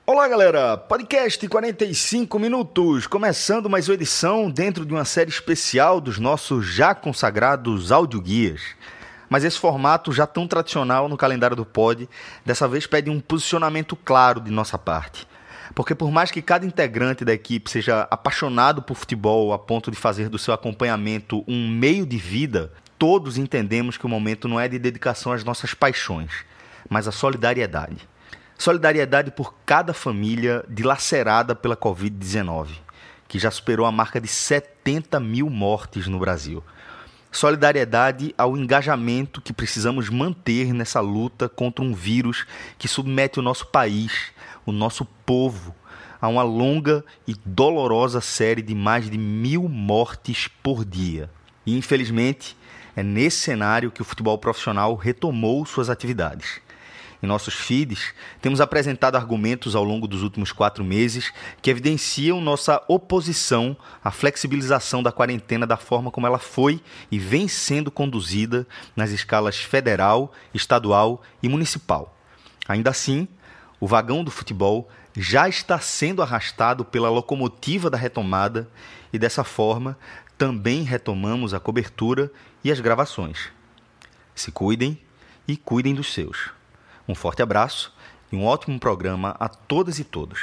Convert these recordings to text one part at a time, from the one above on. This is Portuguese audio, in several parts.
Olá galera, podcast 45 minutos, começando mais uma edição dentro de uma série especial dos nossos já consagrados audioguias. Mas esse formato já tão tradicional no calendário do pod, dessa vez pede um posicionamento claro de nossa parte. Porque por mais que cada integrante da equipe seja apaixonado por futebol a ponto de fazer do seu acompanhamento um meio de vida, todos entendemos que o momento não é de dedicação às nossas paixões, mas à solidariedade. Solidariedade por cada família dilacerada pela Covid-19, que já superou a marca de 70 mil mortes no Brasil. Solidariedade ao engajamento que precisamos manter nessa luta contra um vírus que submete o nosso país, o nosso povo, a uma longa e dolorosa série de mais de 1.000 mortes por dia. E, infelizmente, é nesse cenário que o futebol profissional retomou suas atividades. Em nossos feeds, temos apresentado argumentos ao longo dos últimos 4 meses que evidenciam nossa oposição à flexibilização da quarentena da forma como ela foi e vem sendo conduzida nas escalas federal, estadual e municipal. Ainda assim, o vagão do futebol já está sendo arrastado pela locomotiva da retomada e, dessa forma, também retomamos a cobertura e as gravações. Se cuidem e cuidem dos seus. Um forte abraço e um ótimo programa a todas e todos.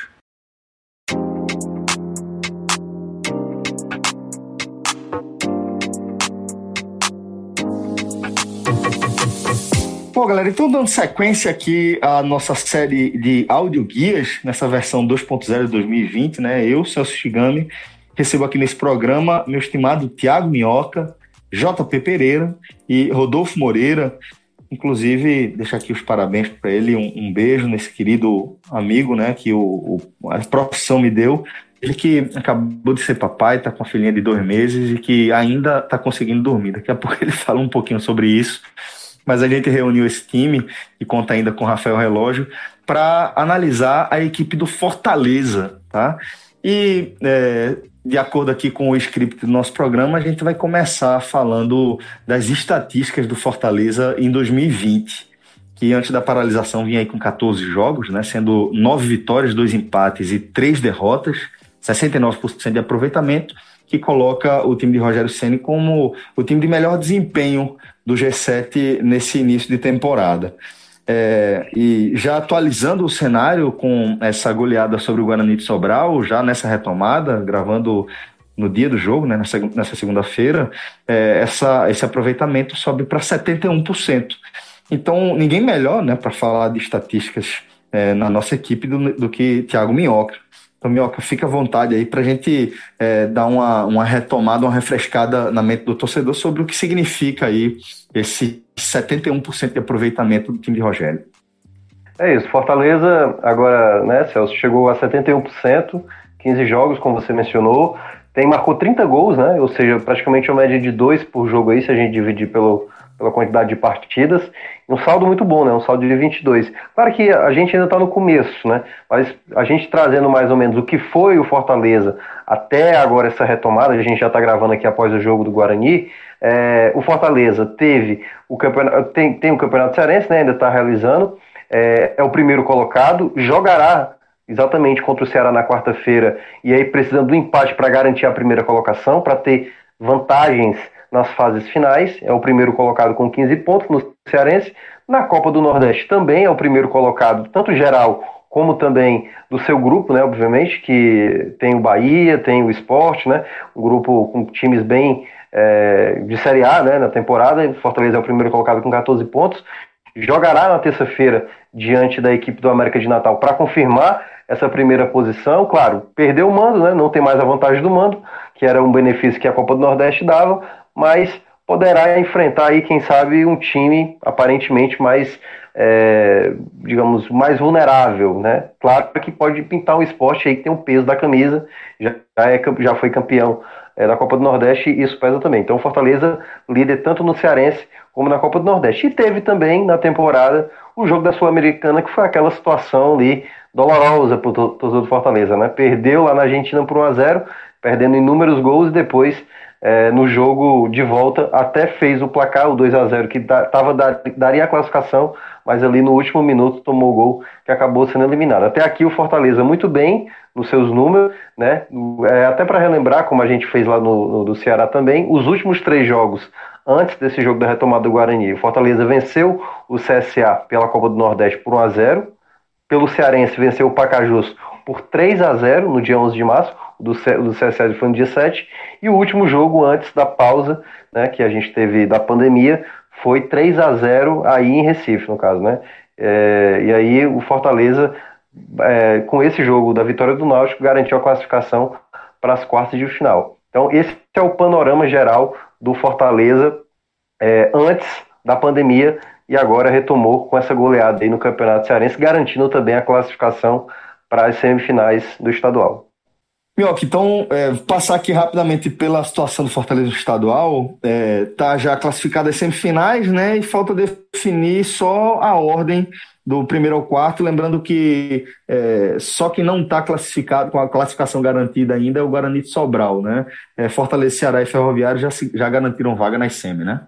Bom, galera, então dando sequência aqui à nossa série de audioguias, nessa versão 2.0 de 2020, né? Eu, Celso Shigami, recebo aqui nesse programa meu estimado Thiago Minhoca, JP Pereira e Rodolfo Moreira. Inclusive, deixar aqui os parabéns para ele, um beijo nesse querido amigo, né, que a profissão me deu. Ele que acabou de ser papai, está com a filhinha de 2 meses e que ainda está conseguindo dormir. Daqui a pouco ele fala um pouquinho sobre isso. Mas a gente reuniu esse time, e conta ainda com o Rafael Relógio, para analisar a equipe do Fortaleza, tá? E, de acordo aqui com o script do nosso programa, a gente vai começar falando das estatísticas do Fortaleza em 2020, que antes da paralisação vinha aí com 14 jogos, né, sendo 9 vitórias, 2 empates e 3 derrotas, 69% de aproveitamento, que coloca o time de Rogério Ceni como o time de melhor desempenho do G7 nesse início de temporada. E já atualizando o cenário com essa goleada sobre o Guarani de Sobral, já nessa retomada, gravando no dia do jogo, né, nessa segunda-feira, esse aproveitamento sobe para 71%. Então, ninguém melhor, né, para falar de estatísticas na nossa equipe do que Thiago Minhoca. Então, Minhoca, fica à vontade aí para a gente dar uma retomada, uma refrescada na mente do torcedor sobre o que significa aí esse 71% de aproveitamento do time de Rogério. É isso, Fortaleza agora, né, Celso, chegou a 71%, 15 jogos, como você mencionou, marcou 30 gols, né, ou seja, praticamente uma média de 2 por jogo aí, se a gente dividir pela quantidade de partidas, um saldo muito bom, né, um saldo de 22. Claro que a gente ainda está no começo, né, mas a gente trazendo mais ou menos o que foi o Fortaleza até agora essa retomada, a gente já está gravando aqui após o jogo do Guarani. O Fortaleza teve o campeonato, tem o Campeonato Cearense, né, ainda está realizando, é o primeiro colocado, jogará exatamente contra o Ceará na quarta-feira, e aí precisando do empate para garantir a primeira colocação, para ter vantagens nas fases finais. É o primeiro colocado com 15 pontos no Cearense. Na Copa do Nordeste também é o primeiro colocado, tanto geral como também do seu grupo, né, obviamente, que tem o Bahia, tem o Sport, né, um grupo com times bem de Série A, né, na temporada. Fortaleza é o primeiro colocado com 14 pontos. Jogará na terça-feira diante da equipe do América de Natal para confirmar essa primeira posição. Claro, perdeu o mando, né, não tem mais a vantagem do mando, que era um benefício que a Copa do Nordeste dava, mas poderá enfrentar aí, quem sabe, um time aparentemente mais, digamos, mais vulnerável, né? Claro que pode pintar um esporte aí que tem o peso da camisa, já foi campeão da Copa do Nordeste, e isso pesa também. Então o Fortaleza líder tanto no Cearense como na Copa do Nordeste. E teve também na temporada o jogo da Sul-Americana, que foi aquela situação ali dolorosa para o torcedor do Fortaleza, né? Perdeu lá na Argentina por 1-0, perdendo inúmeros gols, e depois no jogo de volta até fez o placar, o 2-0, que daria a classificação, mas ali no último minuto tomou o gol que acabou sendo eliminado. Até aqui o Fortaleza muito bem nos seus números, né? Até para relembrar, como a gente fez lá no do Ceará também, os últimos 3 jogos antes desse jogo da retomada do Guarani, o Fortaleza venceu o CSA pela Copa do Nordeste por 1-0, pelo Cearense venceu o Pacajus por 3-0 no dia 11 de março, do CSA foi no dia 7, e o último jogo antes da pausa, né, que a gente teve da pandemia, foi 3-0 aí em Recife, no caso, né? E aí o Fortaleza, com esse jogo da vitória do Náutico, garantiu a classificação para as quartas de final. Então esse é o panorama geral do Fortaleza antes da pandemia, e agora retomou com essa goleada aí no Campeonato Cearense, garantindo também a classificação para as semifinais do estadual. Mioca, então, passar aqui rapidamente pela situação do Fortaleza no estadual, tá já classificado as semifinais, né, e falta definir só a ordem do primeiro ao quarto, lembrando que só que não está classificado, com a classificação garantida ainda, é o Guarani de Sobral, né, Fortaleza, Ceará e Ferroviário já garantiram vaga nas semi, né?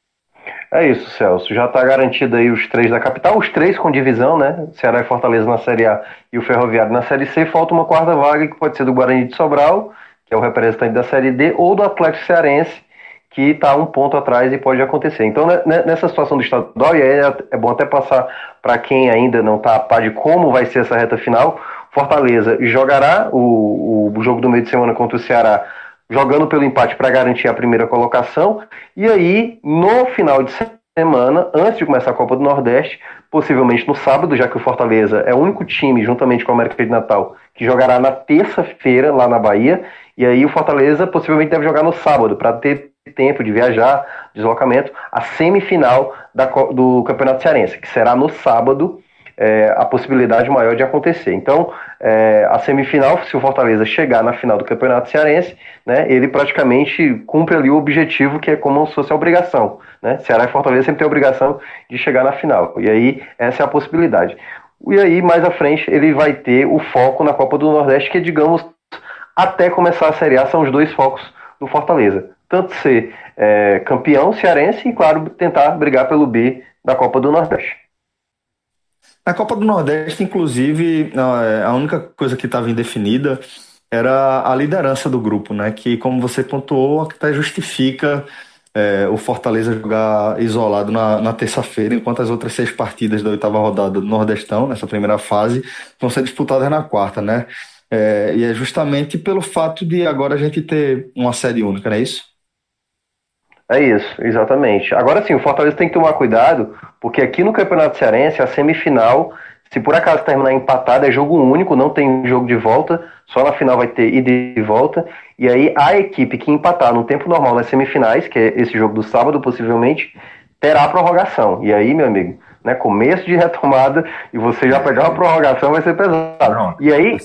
É isso, Celso. Já está garantido aí os 3 da capital, os 3 com divisão, né? Ceará e Fortaleza na Série A e o Ferroviário na Série C. Falta uma quarta vaga que pode ser do Guarani de Sobral, que é o representante da Série D, ou do Atlético Cearense, que está 1 ponto atrás e pode acontecer. Então, nessa situação do estadual, e aí é bom até passar para quem ainda não está a par de como vai ser essa reta final, Fortaleza jogará o jogo do meio de semana contra o Ceará, jogando pelo empate para garantir a primeira colocação, e aí, no final de semana, antes de começar a Copa do Nordeste, possivelmente no sábado, já que o Fortaleza é o único time, juntamente com o América de Natal, que jogará na terça-feira lá na Bahia, e aí o Fortaleza possivelmente deve jogar no sábado, para ter tempo de viajar, deslocamento, a semifinal do Campeonato Cearense, que será no sábado, a possibilidade maior de acontecer. Então, a semifinal, se o Fortaleza chegar na final do Campeonato Cearense, né, ele praticamente cumpre ali o objetivo, que é como se fosse a obrigação, né? Ceará e Fortaleza sempre tem a obrigação de chegar na final. E aí, essa é a possibilidade. E aí, mais à frente, ele vai ter o foco na Copa do Nordeste, que, digamos, até começar a Série A, são os 2 focos do Fortaleza. Tanto ser campeão cearense e, claro, tentar brigar pelo B da Copa do Nordeste. Na Copa do Nordeste, inclusive, a única coisa que estava indefinida era a liderança do grupo, né? Que, como você pontuou, até justifica o Fortaleza jogar isolado na terça-feira, enquanto as outras 6 partidas da 8ª rodada do Nordestão, nessa primeira fase, vão ser disputadas na quarta, né? E é justamente pelo fato de agora a gente ter uma sede única, não é isso? É isso, exatamente. Agora sim, o Fortaleza tem que tomar cuidado, porque aqui no Campeonato Cearense, a semifinal, se por acaso terminar empatado, é jogo único, não tem jogo de volta, só na final vai ter ida e volta, e aí a equipe que empatar no tempo normal nas semifinais, que é esse jogo do sábado, possivelmente, terá a prorrogação. E aí, meu amigo, né, começo de retomada, e você já pegar uma prorrogação, vai ser pesado. E aí,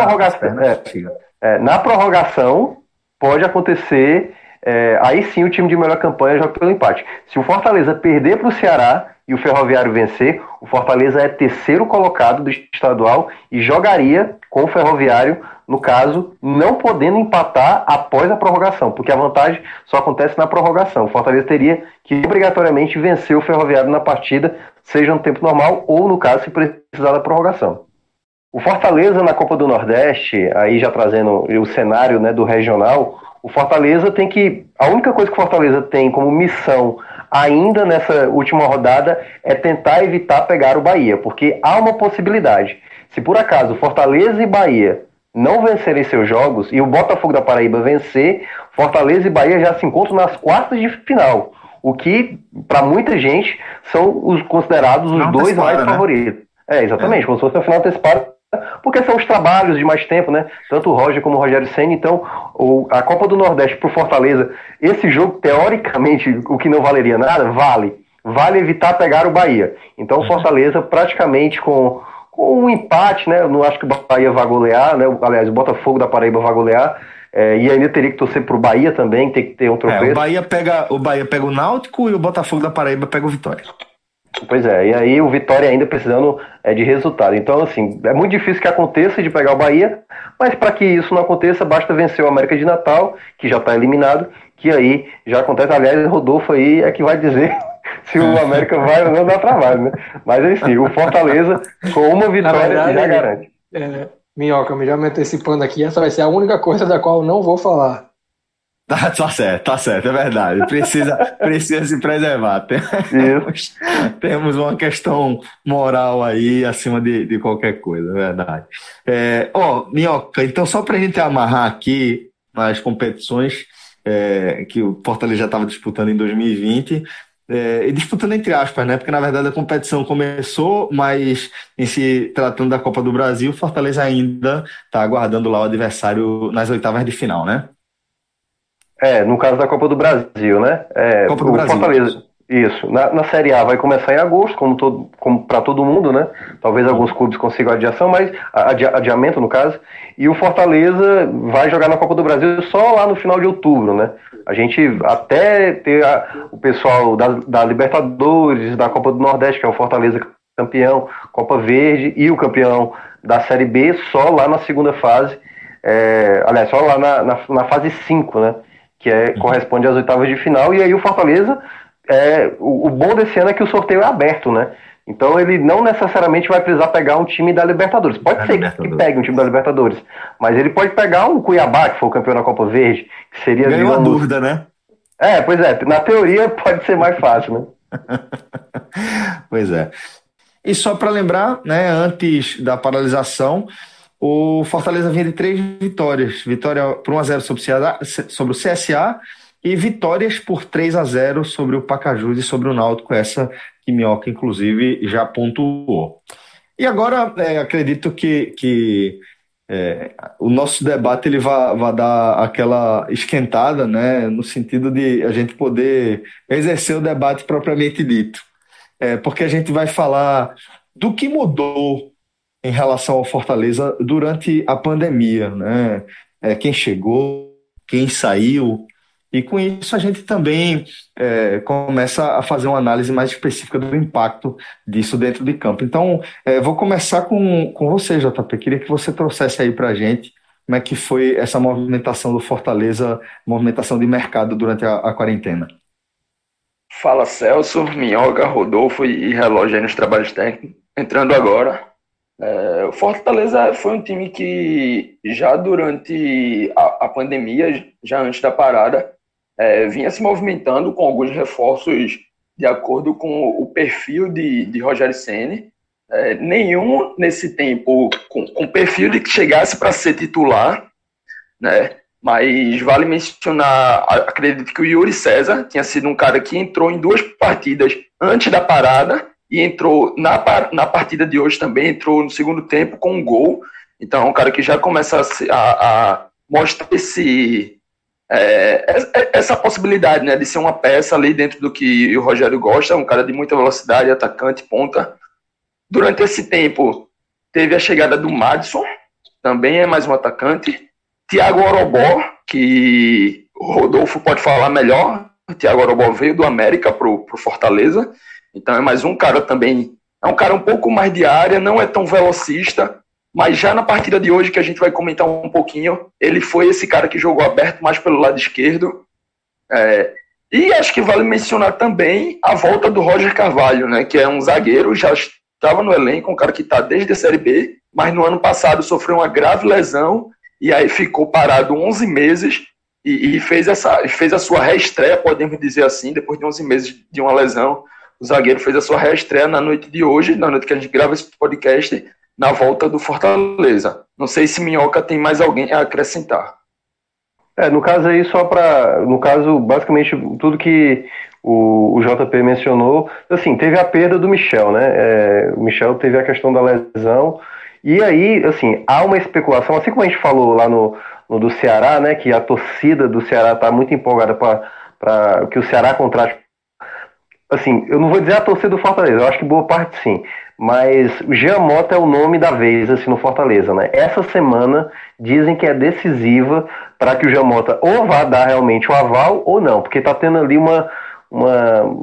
na prorrogação, pode acontecer... aí sim o time de melhor campanha joga pelo empate. Se o Fortaleza perder para o Ceará e o Ferroviário vencer, o Fortaleza é 3º colocado do estadual e jogaria com o Ferroviário, no caso, não podendo empatar após a prorrogação, porque a vantagem só acontece na prorrogação. O Fortaleza teria que obrigatoriamente vencer o Ferroviário na partida, seja no tempo normal ou, no caso, se precisar da prorrogação. O Fortaleza na Copa do Nordeste, aí já trazendo o cenário, né, do regional, o Fortaleza tem que... A única coisa que o Fortaleza tem como missão ainda nessa última rodada é tentar evitar pegar o Bahia, porque há uma possibilidade. Se por acaso Fortaleza e Bahia não vencerem seus jogos e o Botafogo da Paraíba vencer, Fortaleza e Bahia já se encontram nas quartas de final, o que, para muita gente, são os considerados os 2 mais favoritos. Exatamente, como se fosse a final antecipada, porque são os trabalhos de mais tempo, né? Tanto o Roger como o Rogério Ceni. Então, a Copa do Nordeste pro Fortaleza, esse jogo, teoricamente, o que não valeria nada, vale evitar pegar o Bahia. Então, o Fortaleza, praticamente com um empate, né? Eu não acho que o Bahia vai golear, né? Aliás, o Botafogo da Paraíba vai golear. E ainda teria que torcer pro Bahia também, tem que ter um tropeço. O Bahia pega o Náutico e o Botafogo da Paraíba pega o Vitória. Pois é, e aí o Vitória ainda precisando de resultado. Então, assim, é muito difícil que aconteça de pegar o Bahia, mas para que isso não aconteça, basta vencer o América de Natal, que já está eliminado, que aí já acontece. Aliás, Rodolfo aí é que vai dizer se o América vai ou não dar trabalho, né? Mas assim, o Fortaleza, com uma vitória, verdade, já garante. Minhoca, já me antecipando aqui, essa vai ser a única coisa da qual eu não vou falar. Tá certo, é verdade. Precisa se preservar. Temos uma questão moral aí acima de qualquer coisa, é verdade. Minhoca, então só para a gente amarrar aqui as competições que o Fortaleza já estava disputando em 2020, e disputando entre aspas, né? Porque na verdade a competição começou, mas em se tratando da Copa do Brasil, o Fortaleza ainda está aguardando lá o adversário nas oitavas de final, né? No caso da Copa do Brasil, né? Copa do Brasil. Fortaleza, isso. Na Série A vai começar em agosto, como para todo mundo, né? Talvez alguns clubes consigam adiamento, no caso. E o Fortaleza vai jogar na Copa do Brasil só lá no final de outubro, né? A gente até ter o pessoal da Libertadores, da Copa do Nordeste, que é o Fortaleza campeão, Copa Verde, e o campeão da Série B só lá na segunda fase. Aliás, só lá na fase 5, né? Que corresponde às oitavas de final, e aí o Fortaleza, o bom desse ano é que o sorteio é aberto, né? Então ele não necessariamente vai precisar pegar um time da Libertadores. Pode ser que pegue um time da Libertadores, mas ele pode pegar um Cuiabá, que foi o campeão da Copa Verde, que seria... Ganhou uma dúvida, né? Pois é, na teoria pode ser mais fácil, né? Pois é. E só para lembrar, né, antes da paralisação, o Fortaleza vinha de 3 vitórias. Vitória por 1-0 sobre o CSA e vitórias por 3-0 sobre o Pacajus e sobre o Náutico, essa que Minhoca, inclusive, já pontuou. E agora, acredito que o nosso debate ele vai dar aquela esquentada, né, no sentido de a gente poder exercer o debate propriamente dito. Porque a gente vai falar do que mudou em relação ao Fortaleza durante a pandemia, né? Quem chegou, quem saiu, e com isso a gente também começa a fazer uma análise mais específica do impacto disso dentro de campo. Então, vou começar com você, JP. Queria que você trouxesse aí para a gente como é que foi essa movimentação do Fortaleza, movimentação de mercado durante a quarentena. Fala, Celso, Minhoca, Rodolfo e Relógio aí nos trabalhos técnicos. Entrando agora. O Fortaleza foi um time que já durante a pandemia, já antes da parada, vinha se movimentando com alguns reforços de acordo com o perfil de Rogério Ceni. Nenhum nesse tempo com perfil de que chegasse para ser titular, né? Mas vale mencionar, acredito que o Yuri César tinha sido um cara que entrou em 2 partidas antes da parada e entrou na partida de hoje também, entrou no segundo tempo com um gol. Então é um cara que já começa a mostrar essa possibilidade, né, de ser uma peça ali dentro do que o Rogério gosta, um cara de muita velocidade, atacante, ponta. Durante esse tempo teve a chegada do Madison, também é mais um atacante. Thiago Orobó, que o Rodolfo pode falar melhor. O Thiago Orobó veio do América pro Fortaleza. Então é mais um cara também, é um cara um pouco mais de área, não é tão velocista, mas já na partida de hoje, que a gente vai comentar um pouquinho, ele foi esse cara que jogou aberto mais pelo lado esquerdo. E acho que vale mencionar também a volta do Roger Carvalho, né, que é um zagueiro, já estava no elenco, um cara que está desde a Série B, mas no ano passado sofreu uma grave lesão e aí ficou parado 11 meses e fez a sua reestreia, podemos dizer assim, depois de 11 meses de uma lesão. O zagueiro fez a sua reestreia na noite de hoje, na noite que a gente grava esse podcast, na volta do Fortaleza. Não sei se Minhoca tem mais alguém a acrescentar. No caso aí, basicamente, tudo que o JP mencionou, assim, teve a perda do Michel, né? O Michel teve a questão da lesão, e aí, assim, há uma especulação, assim como a gente falou lá no do Ceará, né, que a torcida do Ceará está muito empolgada para que o Ceará contrate. Assim, eu não vou dizer a torcida do Fortaleza, eu acho que boa parte sim, mas o Jean Mota é o nome da vez, assim, no Fortaleza, né? Essa semana dizem que é decisiva para que o Jean Mota ou vá dar realmente o aval ou não, porque está tendo ali uma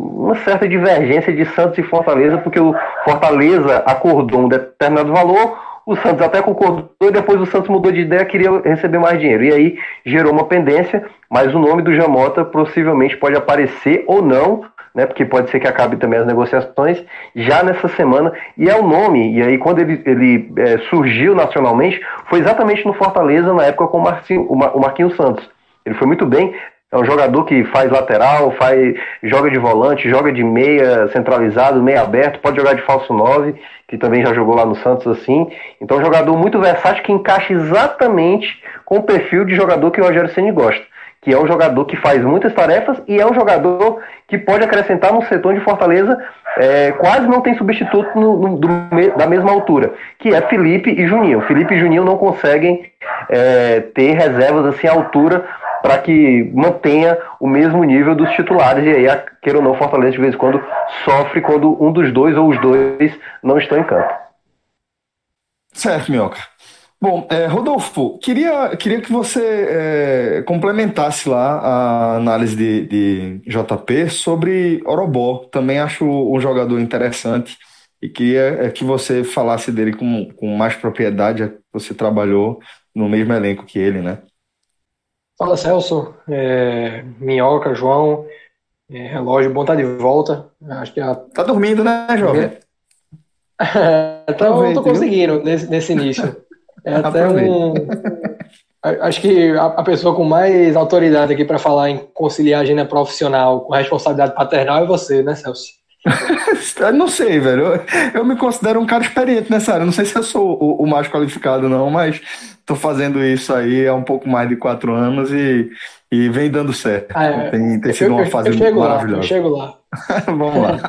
certa divergência de Santos e Fortaleza, porque o Fortaleza acordou um determinado valor, O Santos até concordou e depois o Santos mudou de ideia, queria receber mais dinheiro. E aí gerou uma pendência, mas o nome do Jamota possivelmente pode aparecer ou não, né, porque pode ser que acabe também as negociações já nessa semana. E é o nome, e aí quando ele surgiu nacionalmente, foi exatamente no Fortaleza, na época com o Marquinhos Santos. Ele foi muito bem. É um jogador que faz lateral, joga de volante, joga de meia centralizado, meia aberto, pode jogar de falso 9, que também já jogou lá no Santos assim. Então é um jogador muito versátil que encaixa exatamente com o perfil de jogador que o Rogério Ceni gosta, que é um jogador que faz muitas tarefas e é um jogador que pode acrescentar no setor de Fortaleza, quase não tem substituto da mesma altura, que é Felipe e Juninho. Felipe e Juninho não conseguem ter reservas assim à altura para que mantenha o mesmo nível dos titulares, e aí, queira ou não, Fortaleza de vez em quando sofre quando um dos dois ou os dois não estão em campo. Certo, Minhoca. Bom, Rodolfo, queria que você complementasse lá a análise de JP sobre Orobó. Também acho um jogador interessante e queria que você falasse dele com mais propriedade, já que você trabalhou no mesmo elenco que ele, né? Fala, Celso, Minhoca, João, relógio, bom estar de volta. Acho que Tá dormindo, né, jovem? Então, eu tô conseguindo nesse início. Acho que a pessoa com mais autoridade aqui para falar em conciliar a agenda profissional com responsabilidade paternal é você, né, Celso? Não sei, velho. Eu me considero um cara experiente nessa área. Não sei se eu sou o mais qualificado, não, mas tô fazendo isso aí há um pouco mais de 4 anos e vem dando certo. Tem sido uma fase maravilhosa. Eu chego lá. Vamos lá.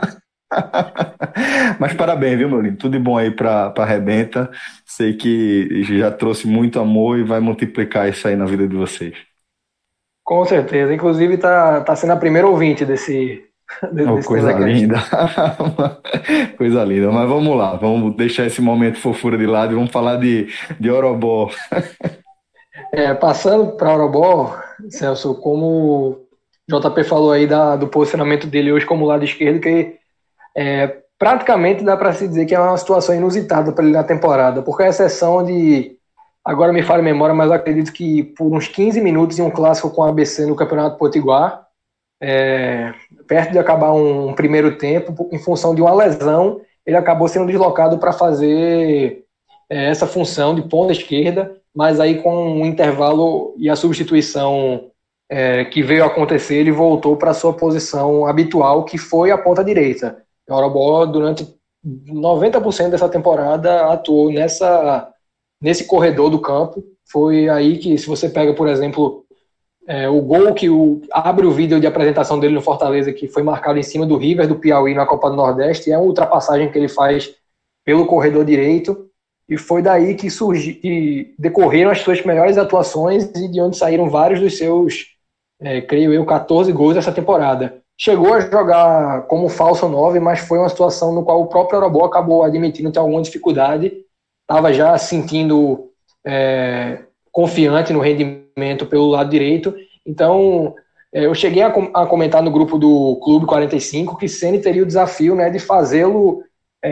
Mas parabéns, viu, meu lindo? Tudo de bom aí pra Rebenta. Sei que já trouxe muito amor e vai multiplicar isso aí na vida de vocês. Com certeza. Inclusive, tá sendo a primeira ouvinte desse coisa linda. Coisa linda. Mas vamos lá, vamos deixar esse momento fofura de lado e vamos falar de Orobó. Passando para Orobó, Celso, como o JP falou aí do posicionamento dele hoje como lado esquerdo, que praticamente dá para se dizer que é uma situação inusitada para ele na temporada, porque a exceção de, agora me falha a memória, mas eu acredito que por uns 15 minutos em um clássico com a ABC no Campeonato Potiguar, perto de acabar um primeiro tempo, em função de uma lesão, ele acabou sendo deslocado para fazer essa função de ponta esquerda, mas aí com um intervalo e a substituição que veio a acontecer, ele voltou para a sua posição habitual, que foi a ponta direita. O Orobó, durante 90% dessa temporada, atuou nesse corredor do campo. Foi aí que, se você pega, por exemplo, o gol que abre o vídeo de apresentação dele no Fortaleza, que foi marcado em cima do River do Piauí na Copa do Nordeste, é uma ultrapassagem que ele faz pelo corredor direito, e foi daí que decorreram as suas melhores atuações e de onde saíram vários dos seus, creio eu, 14 gols dessa temporada. Chegou a jogar como falso 9, mas foi uma situação no qual o próprio Orobó acabou admitindo ter alguma dificuldade, estava já sentindo confiante no rendimento pelo lado direito. Então, eu cheguei a comentar no grupo do Clube 45 que Ceni teria o desafio, né, de fazê-lo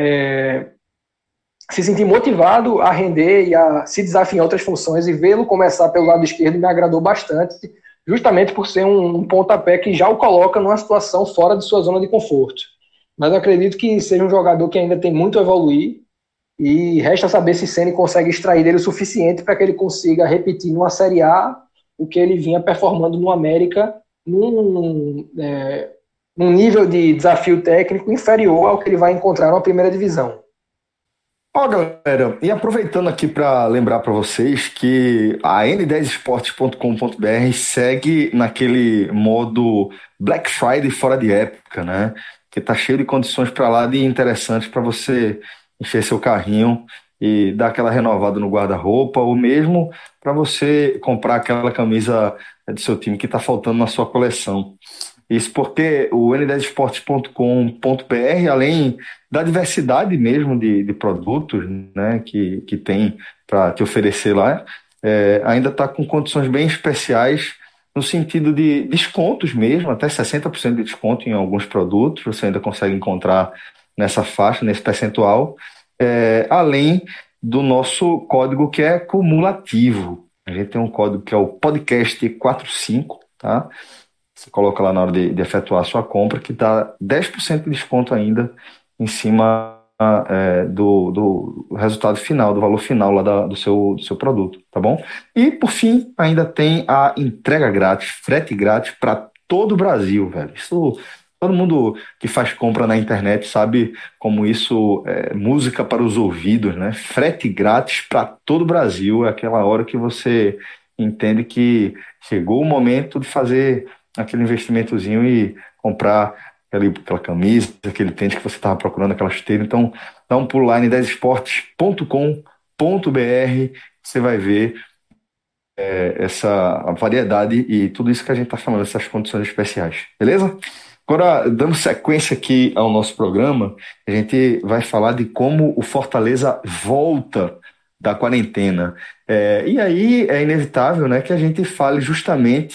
se sentir motivado a render e a se desafiar em outras funções, e vê-lo começar pelo lado esquerdo me agradou bastante, justamente por ser um pontapé que já o coloca numa situação fora de sua zona de conforto. Mas eu acredito que seja um jogador que ainda tem muito a evoluir, e resta saber se Ceni consegue extrair dele o suficiente para que ele consiga repetir numa Série A o que ele vinha performando no América, num nível de desafio técnico inferior ao que ele vai encontrar na primeira divisão. Galera, e aproveitando aqui para lembrar para vocês que a n10esportes.com.br segue naquele modo Black Friday fora de época, né? Que tá cheio de condições para lá de interessantes para você encher seu carrinho e dar aquela renovada no guarda-roupa, ou mesmo para você comprar aquela camisa do seu time que está faltando na sua coleção. Isso porque o n10esportes.com.br, além da diversidade mesmo de produtos, né, que tem para te oferecer lá, ainda está com condições bem especiais no sentido de descontos mesmo, até 60% de desconto em alguns produtos, você ainda consegue encontrar nessa faixa, nesse percentual, além do nosso código que é cumulativo. A gente tem um código que é o podcast45, tá? Você coloca lá na hora de efetuar a sua compra, que dá 10% de desconto ainda em cima do resultado final, do valor final lá do seu produto, tá bom? E, por fim, ainda tem a entrega grátis, frete grátis para todo o Brasil, velho. Isso, todo mundo que faz compra na internet sabe como isso é música para os ouvidos, né? Frete grátis para todo o Brasil é aquela hora que você entende que chegou o momento de fazer aquele investimentozinho e comprar aquela camisa, aquele tênis que você estava procurando, aquela chuteira. Então, dá um pulo lá em 10esportes.com.br, você vai ver essa variedade e tudo isso que a gente está falando, essas condições especiais. Beleza? Agora, dando sequência aqui ao nosso programa, a gente vai falar de como o Fortaleza volta da quarentena. E aí é inevitável, né, que a gente fale justamente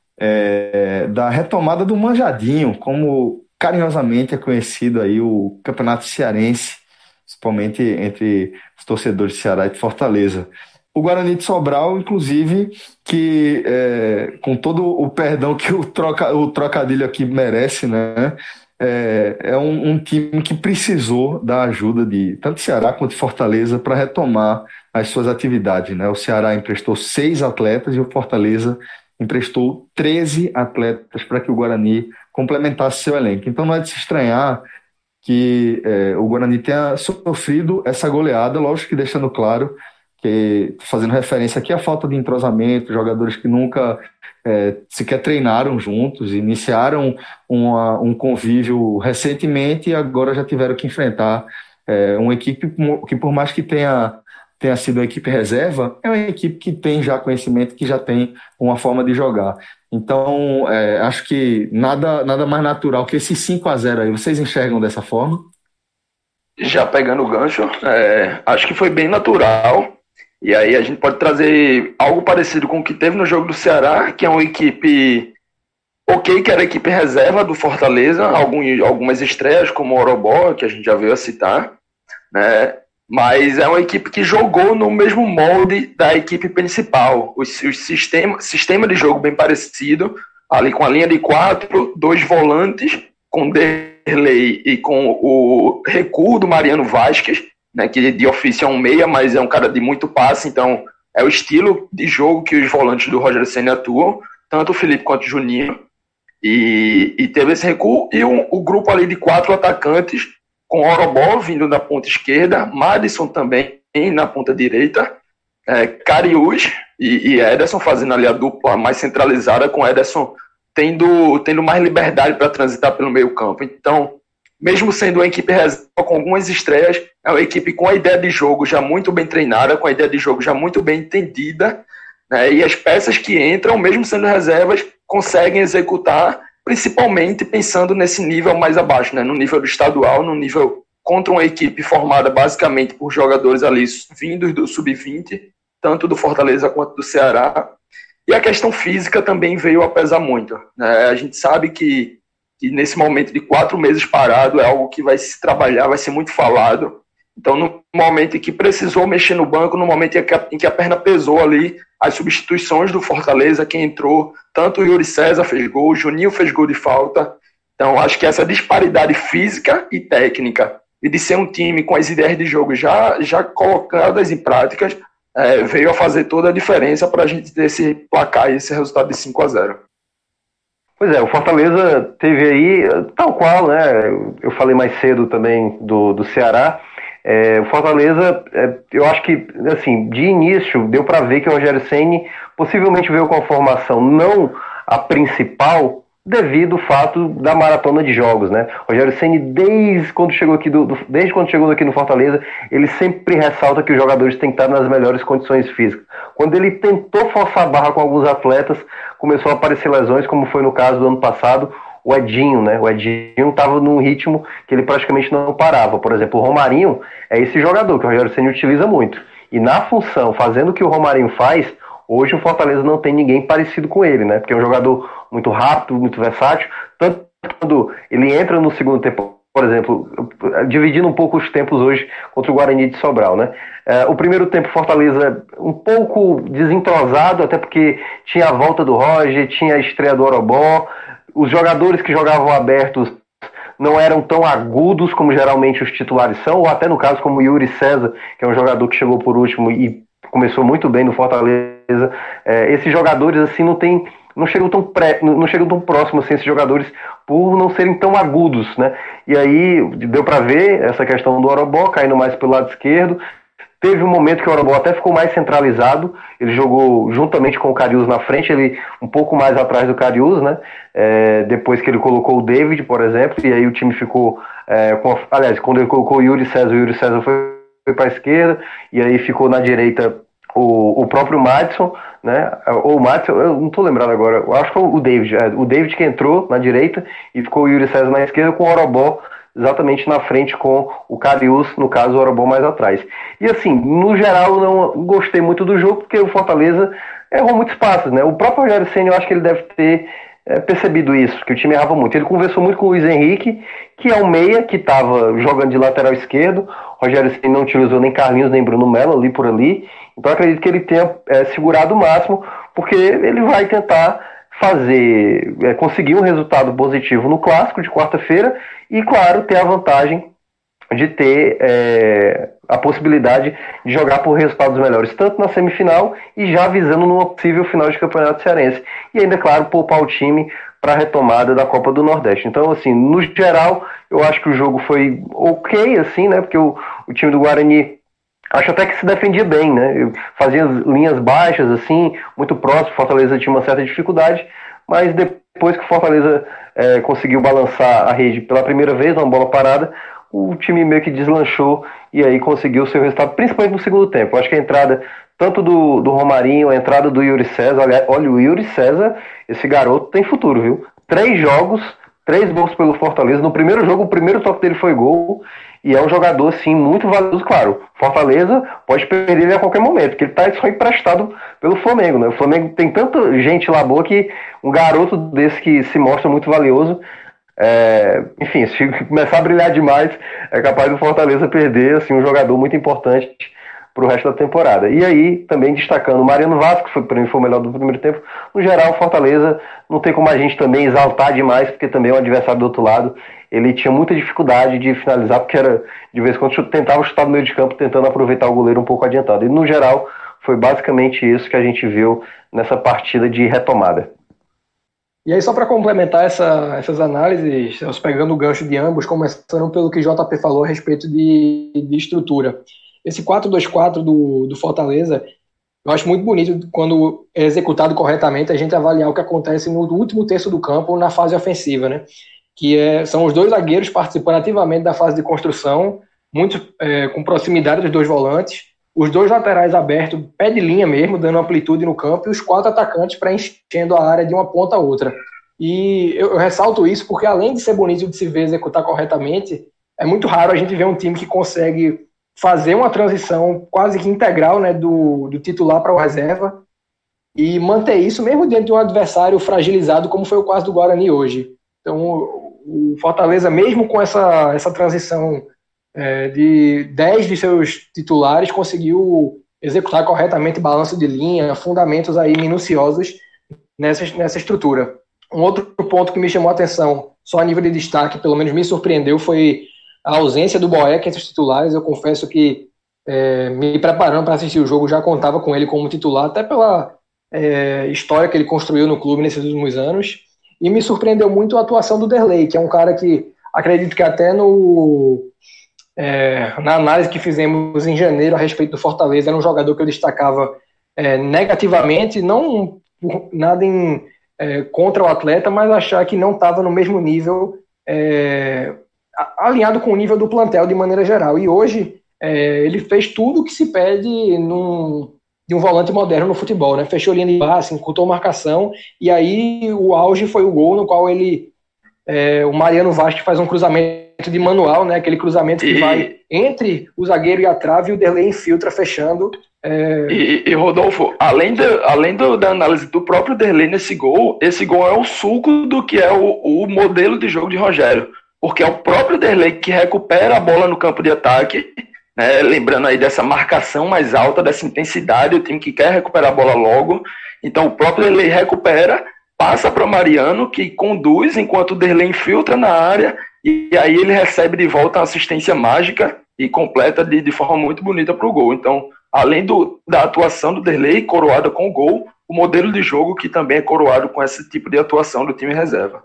da retomada do Manjadinho, como carinhosamente é conhecido aí o Campeonato Cearense, principalmente entre os torcedores de Ceará e de Fortaleza. O Guarani de Sobral, inclusive, que com todo o perdão que o trocadilho aqui merece, né, é um time que precisou da ajuda de tanto Ceará quanto Fortaleza para retomar as suas atividades, né? O Ceará emprestou 6 atletas e o Fortaleza emprestou 13 atletas para que o Guarani complementasse seu elenco. Então não é de se estranhar que o Guarani tenha sofrido essa goleada, lógico que deixando claro que, fazendo referência aqui à falta de entrosamento, jogadores que nunca sequer treinaram juntos, iniciaram um convívio recentemente e agora já tiveram que enfrentar uma equipe que, por mais que tenha sido uma equipe reserva, é uma equipe que tem já conhecimento, que já tem uma forma de jogar. Então, acho que nada mais natural que esse 5-0 aí. Vocês enxergam dessa forma? Já pegando o gancho, acho que foi bem natural. E aí a gente pode trazer algo parecido com o que teve no jogo do Ceará, que é uma equipe que era a equipe reserva do Fortaleza, algumas estreias, como o Orobó, que a gente já veio a citar, né? Mas é uma equipe que jogou no mesmo molde da equipe principal. O sistema de jogo bem parecido, ali com a linha de 4, 2 volantes, com Derlei e com o recuo do Mariano Vasquez, né, que de ofício é um meia, mas é um cara de muito passe, então é o estilo de jogo que os volantes do Rogério Ceni atuam, tanto o Felipe quanto o Juninho, e teve esse recuo, e o grupo ali de 4 atacantes, com Orobó vindo da ponta esquerda, Madison também na ponta direita, Cariús e Ederson fazendo ali a dupla mais centralizada, com Ederson tendo mais liberdade para transitar pelo meio campo. Então, mesmo sendo uma equipe reserva com algumas estreias, é uma equipe com a ideia de jogo já muito bem treinada, com a ideia de jogo já muito bem entendida, né? E as peças que entram, mesmo sendo reservas, conseguem executar, principalmente pensando nesse nível mais abaixo, né? No nível do estadual, no nível contra uma equipe formada basicamente por jogadores ali vindos do sub-20, tanto do Fortaleza quanto do Ceará. E a questão física também veio a pesar muito, né? A gente sabe que nesse momento de 4 meses parado é algo que vai se trabalhar, vai ser muito falado. Então, no momento em que precisou mexer no banco, no momento em que a perna pesou ali, as substituições do Fortaleza, quem entrou, tanto o Yuri César fez gol, o Juninho fez gol de falta. Então, acho que essa disparidade física e técnica, e de ser um time com as ideias de jogo já colocadas em práticas, veio a fazer toda a diferença para a gente ter esse placar e esse resultado de 5-0. Pois o Fortaleza teve aí, tal qual, né? Eu falei mais cedo também do Ceará. O Fortaleza, eu acho que, assim, de início, deu para ver que o Rogério Ceni possivelmente veio com a formação não a principal, devido ao fato da maratona de jogos, né? O Rogério Ceni, desde quando chegou aqui no Fortaleza, ele sempre ressalta que os jogadores têm que estar nas melhores condições físicas. Quando ele tentou forçar a barra com alguns atletas, começou a aparecer lesões, como foi no caso do ano passado, o Edinho, né? O Edinho estava num ritmo que ele praticamente não parava. Por exemplo, o Romarinho é esse jogador que o Rogério Ceni utiliza muito. E na função, fazendo o que o Romarinho faz, hoje o Fortaleza não tem ninguém parecido com ele, né? Porque é um jogador muito rápido, muito versátil. Tanto que quando ele entra no segundo tempo por exemplo, dividindo um pouco os tempos hoje contra o Guarani de Sobral, né? O primeiro tempo, Fortaleza um pouco desentrosado, até porque tinha a volta do Roger, tinha a estreia do Orobó, os jogadores que jogavam abertos não eram tão agudos como geralmente os titulares são, ou até no caso como o Yuri César, que é um jogador que chegou por último e começou muito bem no Fortaleza. Esses jogadores assim não chegam tão próximos assim, esses jogadores, por não serem tão agudos, né? E aí deu para ver essa questão do Orobó caindo mais pelo lado esquerdo. Teve um momento que o Orobó até ficou mais centralizado, ele jogou juntamente com o Cariús na frente, ele um pouco mais atrás do Cariús, né? Depois que ele colocou o David, por exemplo, e aí o time ficou aliás, quando ele colocou o Yuri César foi para a esquerda, e aí ficou na direita o próprio Madison, né? Ou o Madison, eu não estou lembrado agora, eu acho que foi o David que entrou na direita e ficou o Yuri César na esquerda com o Orobó exatamente na frente com o Cariús, no caso o Orobó mais atrás. E assim, no geral não gostei muito do jogo, porque o Fortaleza errou muitos passes, né? O próprio Rogério Ceni, eu acho que ele deve ter percebido isso, que o time errava muito. Ele conversou muito com o Luiz Henrique, que é um meia que estava jogando de lateral esquerdo. O Rogério Ceni não utilizou nem Carlinhos nem Bruno Melo ali por ali. Então eu acredito que ele tenha segurado o máximo, porque ele vai tentar conseguir um resultado positivo no clássico de quarta-feira e, claro, ter a vantagem de ter a possibilidade de jogar por resultados melhores, tanto na semifinal e já visando numa possível final de campeonato cearense. E ainda, claro, poupar o time para a retomada da Copa do Nordeste. Então, assim, no geral, eu acho que o jogo foi ok, assim, né? Porque o time do Guarani acho até que se defendia bem, né? Fazia linhas baixas, assim, muito próximo. Fortaleza tinha uma certa dificuldade, mas depois que o Fortaleza conseguiu balançar a rede pela primeira vez, uma bola parada, o time meio que deslanchou e aí conseguiu o seu resultado, principalmente no segundo tempo. Eu acho que a entrada tanto do Romarinho, a entrada do Yuri César, olha, o Yuri César, esse garoto tem futuro, viu? 3 jogos, 3 gols pelo Fortaleza. No primeiro jogo, o primeiro toque dele foi gol. E é um jogador, assim, muito valioso, claro. Fortaleza pode perder ele a qualquer momento, porque ele está só emprestado pelo Flamengo, né? O Flamengo tem tanta gente lá boa que um garoto desse que se mostra muito valioso, enfim, se começar a brilhar demais, é capaz do Fortaleza perder, assim, um jogador muito importante para o resto da temporada. E aí, também destacando o Mariano Vasco, que para mim foi o melhor do primeiro tempo. No geral, o Fortaleza não tem como a gente também exaltar demais, porque também é um adversário do outro lado. Ele tinha muita dificuldade de finalizar, porque era, de vez em quando, tentava chutar no meio de campo, tentando aproveitar o goleiro um pouco adiantado. E, no geral, foi basicamente isso que a gente viu nessa partida de retomada. E aí, só para complementar essas análises, pegando o gancho de ambos, começando pelo que o JP falou a respeito de estrutura. Esse 4-2-4 do Fortaleza, eu acho muito bonito quando é executado corretamente, a gente avaliar o que acontece no último terço do campo, na fase ofensiva, né? São os 2 zagueiros participando ativamente da fase de construção, muito com proximidade dos 2 volantes, os 2 laterais abertos, pé de linha mesmo, dando amplitude no campo, e os 4 atacantes preenchendo a área de uma ponta a outra. E eu ressalto isso porque, além de ser bonito de se ver executar corretamente, é muito raro a gente ver um time que consegue fazer uma transição quase que integral, né, do titular para o reserva e manter isso mesmo dentro de um adversário fragilizado, como foi o caso do Guarani hoje. Então, o Fortaleza, mesmo com essa transição de 10 de seus titulares, conseguiu executar corretamente balanço de linha, fundamentos aí minuciosos nessa estrutura. Um outro ponto que me chamou a atenção, só a nível de destaque, pelo menos me surpreendeu, foi a ausência do Boeck entre os titulares. Eu confesso que me preparando para assistir o jogo já contava com ele como titular, até pela história que ele construiu no clube nesses últimos anos, e me surpreendeu muito a atuação do Derlei, que é um cara que acredito que até na análise que fizemos em janeiro a respeito do Fortaleza, era um jogador que eu destacava negativamente, não por nada contra o atleta, mas achar que não estava no mesmo nível, alinhado com o nível do plantel de maneira geral. E hoje ele fez tudo o que se pede de um volante moderno no futebol, né? Fechou linha de passe, encurtou marcação, e aí o auge foi o gol no qual o Mariano Vasquez faz um cruzamento de manual, né? Aquele cruzamento que vai entre o zagueiro e a trave, e o Derlei infiltra fechando. E Rodolfo, além da análise do próprio Derlei nesse gol, esse gol é o suco do que é o modelo de jogo de Rogério. porque é o próprio Derlei que recupera a bola no campo de ataque, né? Lembrando aí dessa marcação mais alta, dessa intensidade, o time que quer recuperar a bola logo. Então o próprio Derlei recupera, passa para o Mariano, que conduz enquanto o Derlei infiltra na área, e aí ele recebe de volta uma assistência mágica e completa de forma muito bonita para o gol. Então, além da atuação do Derlei, coroada com o gol, o modelo de jogo que também é coroado com esse tipo de atuação do time reserva.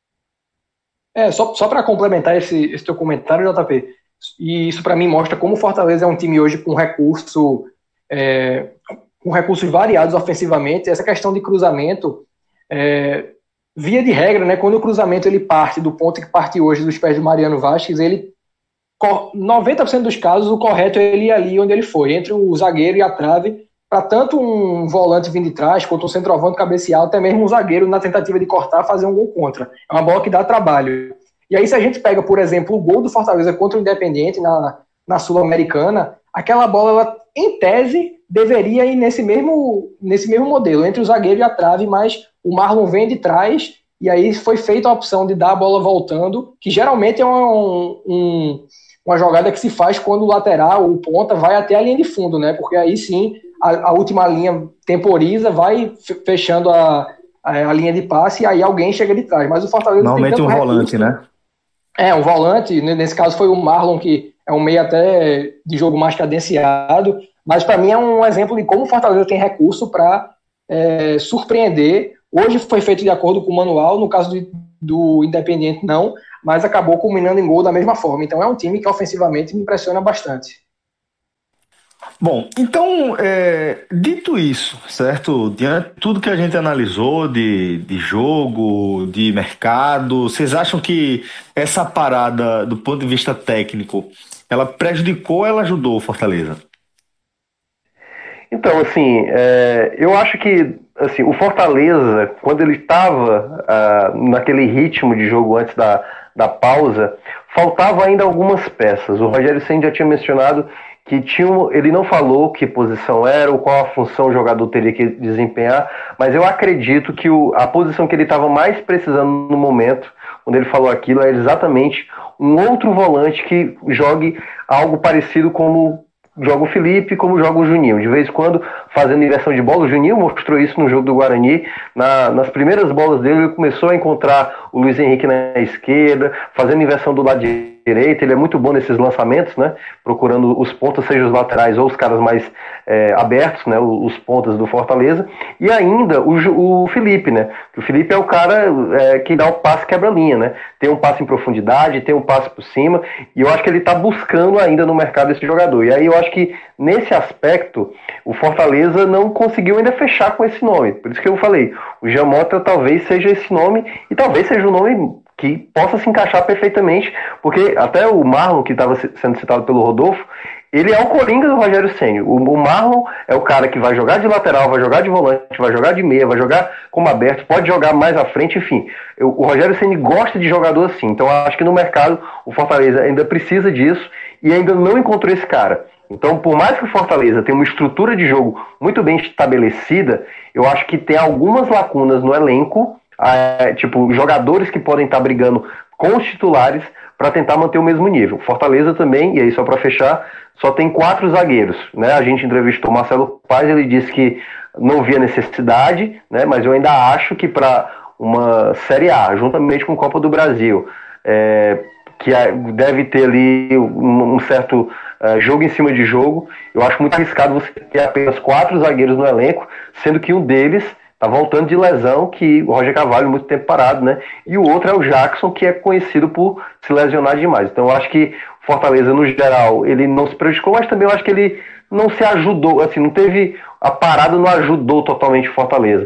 Só para complementar esse teu comentário, JP, e isso para mim mostra como o Fortaleza é um time hoje com recursos variados ofensivamente. Essa questão de cruzamento, via de regra, né, quando o cruzamento ele parte do ponto que parte hoje dos pés do Mariano Vasquez, ele 90% dos casos o correto é ele ir ali onde ele foi, entre o zagueiro e a trave, para tanto um volante vindo de trás, quanto um centroavante cabecear, até mesmo um zagueiro na tentativa de cortar, fazer um gol contra. É uma bola que dá trabalho. E aí se a gente pega, por exemplo, o gol do Fortaleza contra o Independiente na Sul-Americana, aquela bola, ela, em tese, deveria ir nesse mesmo modelo, entre o zagueiro e a trave, mas o Marlon vem de trás, e aí foi feita a opção de dar a bola voltando, que geralmente é uma jogada que se faz quando o lateral, o ponta, vai até a linha de fundo, né? Porque aí sim a última linha temporiza, vai fechando a linha de passe e aí alguém chega de trás. Mas o Fortaleza normalmente tem um volante, né? Um volante, nesse caso foi o Marlon, que é um meio até de jogo mais cadenciado, mas para mim é um exemplo de como o Fortaleza tem recurso para surpreender. Hoje foi feito de acordo com o manual, no caso do Independiente não, mas acabou culminando em gol da mesma forma. Então é um time que ofensivamente me impressiona bastante. Bom, então, dito isso, certo? Diante de tudo que a gente analisou de jogo, de mercado, vocês acham que essa parada, do ponto de vista técnico, ela prejudicou ou ela ajudou o Fortaleza? Então, assim, eu acho que assim, o Fortaleza, quando ele estava naquele ritmo de jogo antes da pausa, faltavam ainda algumas peças. O Rogério Ceni já tinha mencionado que ele não falou que posição era ou qual a função o jogador teria que desempenhar, mas eu acredito que a posição que ele estava mais precisando no momento, quando ele falou aquilo, é exatamente um outro volante que jogue algo parecido como joga o Felipe, como joga o Juninho. De vez em quando, fazendo inversão de bola, o Juninho mostrou isso no jogo do Guarani. Nas primeiras bolas dele, ele começou a encontrar o Luiz Henrique na esquerda, fazendo inversão do lado direito. Ele é muito bom nesses lançamentos, né? Procurando os pontas, seja os laterais ou os caras mais abertos, né? Os pontas do Fortaleza. E ainda o Felipe, né? O Felipe é o cara que dá o passe quebra-linha, né? Tem um passe em profundidade, tem um passe por cima, e eu acho que ele está buscando ainda no mercado esse jogador. E aí eu acho que nesse aspecto o Fortaleza não conseguiu ainda fechar com esse nome. Por isso que eu falei, o Jean Mota talvez seja esse nome, e talvez seja um nome que possa se encaixar perfeitamente, porque até o Marlon, que estava sendo citado pelo Rodolfo, ele é o coringa do Rogério Ceni. O Marlon é o cara que vai jogar de lateral, vai jogar de volante, vai jogar de meia, vai jogar como aberto, pode jogar mais à frente, enfim. O Rogério Ceni gosta de jogador assim, então eu acho que no mercado o Fortaleza ainda precisa disso e ainda não encontrou esse cara. Então, por mais que o Fortaleza tenha uma estrutura de jogo muito bem estabelecida, eu acho que tem algumas lacunas no elenco, tipo, jogadores que podem estar brigando com os titulares para tentar manter o mesmo nível. Fortaleza também, e aí só para fechar, só tem 4 zagueiros, né? A gente entrevistou o Marcelo Paz, ele disse que não via necessidade, né? Mas eu ainda acho que para uma Série A, juntamente com a Copa do Brasil, que deve ter ali um certo jogo em cima de jogo, eu acho muito arriscado você ter apenas 4 zagueiros no elenco, sendo que um deles tá voltando de lesão, que o Roger Carvalho muito tempo parado, né? E o outro é o Jackson, que é conhecido por se lesionar demais. Então eu acho que o Fortaleza, no geral, ele não se prejudicou, mas também eu acho que ele não se ajudou, assim, não teve... A parada não ajudou totalmente o Fortaleza.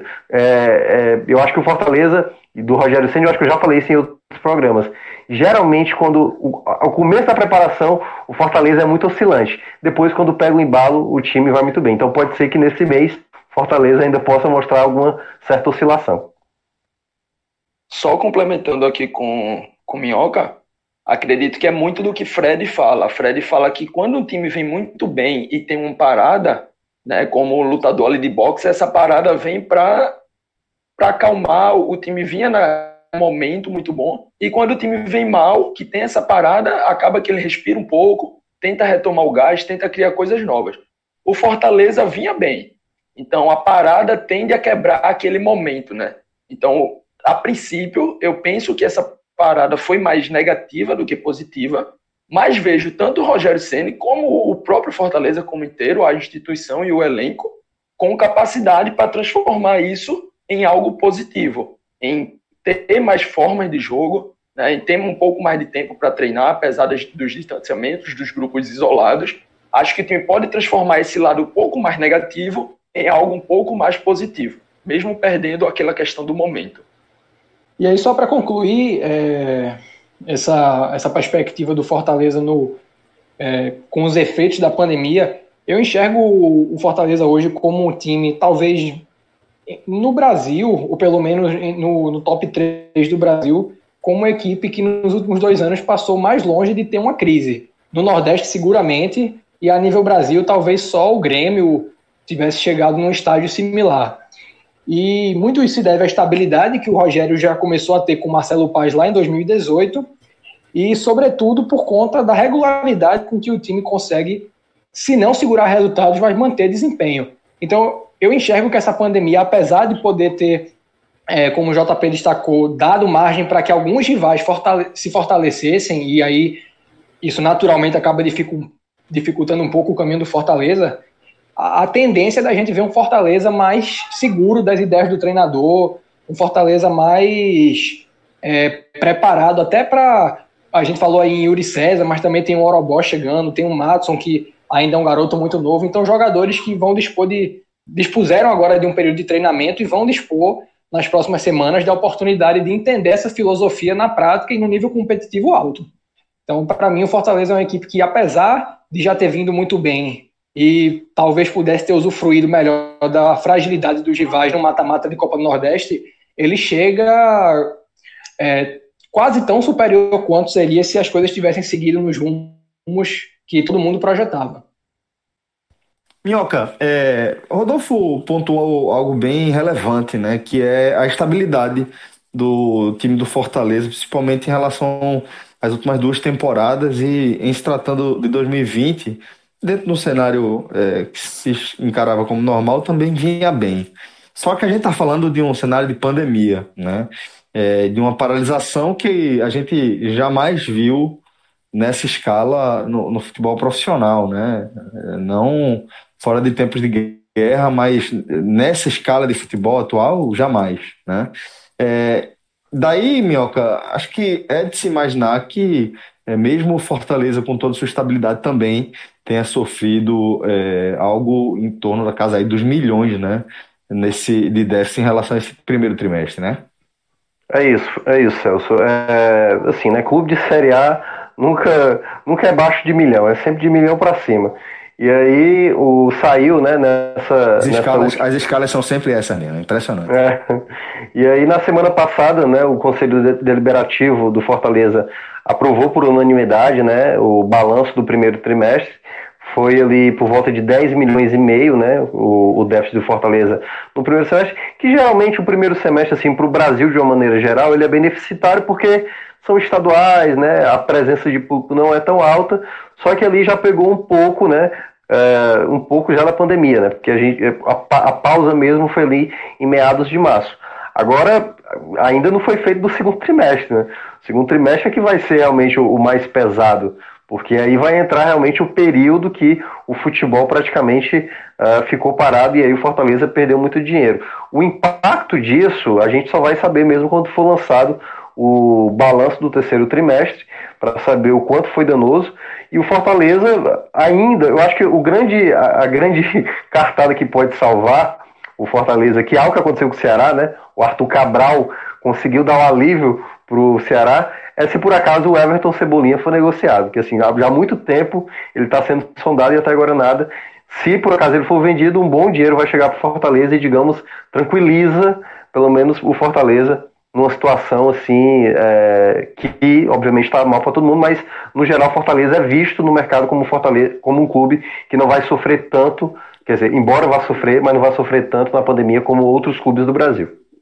Eu acho que o Fortaleza, do Rogério Ceni, eu acho que eu já falei isso em outros programas, geralmente quando ao começo da preparação o Fortaleza é muito oscilante, depois quando pega o embalo o time vai muito bem. Então pode ser que nesse mês Fortaleza ainda possa mostrar alguma certa oscilação. Só complementando aqui com Minhoca, acredito que é muito do que Fred fala. Fred fala que quando um time vem muito bem e tem uma parada, né, como o lutador ali de boxe, essa parada vem para acalmar. O time vinha num momento muito bom e quando o time vem mal, que tem essa parada, acaba que ele respira um pouco, tenta retomar o gás, tenta criar coisas novas. O Fortaleza vinha bem, então a parada tende a quebrar aquele momento, né? Então, a princípio, eu penso que essa parada foi mais negativa do que positiva, mas vejo tanto o Rogério Ceni como o próprio Fortaleza como inteiro, a instituição e o elenco, com capacidade para transformar isso em algo positivo, em ter mais formas de jogo, né, em ter um pouco mais de tempo para treinar, apesar dos distanciamentos, dos grupos isolados. Acho que o time pode transformar esse lado um pouco mais negativo em algo um pouco mais positivo, mesmo perdendo aquela questão do momento. E aí, só para concluir essa perspectiva do Fortaleza com os efeitos da pandemia, eu enxergo o Fortaleza hoje como um time, talvez no Brasil, ou pelo menos no top 3 do Brasil, como uma equipe que nos últimos 2 anos passou mais longe de ter uma crise. No Nordeste, seguramente, e a nível Brasil, talvez só o Grêmio tivesse chegado num estágio similar. E muito isso se deve à estabilidade que o Rogério já começou a ter com o Marcelo Paes lá em 2018 e, sobretudo, por conta da regularidade com que o time consegue, se não segurar resultados, mas manter desempenho. Então, eu enxergo que essa pandemia, apesar de poder ter, como o JP destacou, dado margem para que alguns rivais se fortalecessem, e aí isso naturalmente acaba dificultando um pouco o caminho do Fortaleza, a tendência é da gente ver um Fortaleza mais seguro das ideias do treinador, um Fortaleza mais preparado até para... A gente falou aí em Yuri César, mas também tem o Orobó chegando, tem o Madison, que ainda é um garoto muito novo. Então, jogadores que vão dispuseram agora de um período de treinamento e vão dispor nas próximas semanas da oportunidade de entender essa filosofia na prática e no nível competitivo alto. Então, para mim, o Fortaleza é uma equipe que, apesar de já ter vindo muito bem e talvez pudesse ter usufruído melhor da fragilidade dos rivais no mata-mata de Copa do Nordeste, ele chega quase tão superior quanto seria se as coisas tivessem seguido nos rumos que todo mundo projetava. Minhoca, Rodolfo pontuou algo bem relevante, né, que é a estabilidade do time do Fortaleza, principalmente em relação às últimas 2 temporadas e em se tratando de 2020, dentro do cenário que se encarava como normal, também vinha bem. Só que a gente está falando de um cenário de pandemia, né? De uma paralisação que a gente jamais viu nessa escala no futebol profissional, né? Não fora de tempos de guerra, mas nessa escala de futebol atual, jamais, né? Daí, Minhoca, acho que é de se imaginar que mesmo o Fortaleza, com toda a sua estabilidade, também tenha sofrido algo em torno da casa aí dos milhões, né, de déficit em relação a esse primeiro trimestre, né? É isso, Celso. Assim, né, clube de Série A nunca é abaixo de milhão, é sempre de milhão para cima. E aí saiu, né, as escalas são sempre essas mesmo, é impressionante. E aí na semana passada, né, o Conselho Deliberativo do Fortaleza aprovou por unanimidade, né, o balanço do primeiro trimestre. Foi ali por volta de 10 milhões e meio, né, o déficit do Fortaleza no primeiro semestre, que geralmente o primeiro semestre, assim, para o Brasil de uma maneira geral, ele é bem deficitário porque são estaduais, né, a presença de público não é tão alta, só que ali já pegou um pouco, né, um pouco já da pandemia, né, porque a pausa mesmo foi ali em meados de março. Agora, ainda não foi feito do segundo trimestre, né, o segundo trimestre é que vai ser realmente o mais pesado, porque aí vai entrar realmente o período que o futebol praticamente ficou parado e aí o Fortaleza perdeu muito dinheiro. O impacto disso a gente só vai saber mesmo quando for lançado o balanço do terceiro trimestre, para saber o quanto foi danoso. E o Fortaleza ainda, eu acho que a grande cartada que pode salvar o Fortaleza, que é algo que aconteceu com o Ceará, né? O Arthur Cabral conseguiu dar um alívio para o Ceará, se por acaso o Everton Cebolinha for negociado, porque assim, já há muito tempo ele está sendo sondado e até agora nada. Se por acaso ele for vendido, um bom dinheiro vai chegar para o Fortaleza e, digamos, tranquiliza pelo menos o Fortaleza numa situação assim, que obviamente está mal para todo mundo, mas no geral o Fortaleza é visto no mercado como um clube que não vai sofrer tanto, quer dizer, embora vá sofrer, mas não vai sofrer tanto na pandemia como outros clubes do Brasil.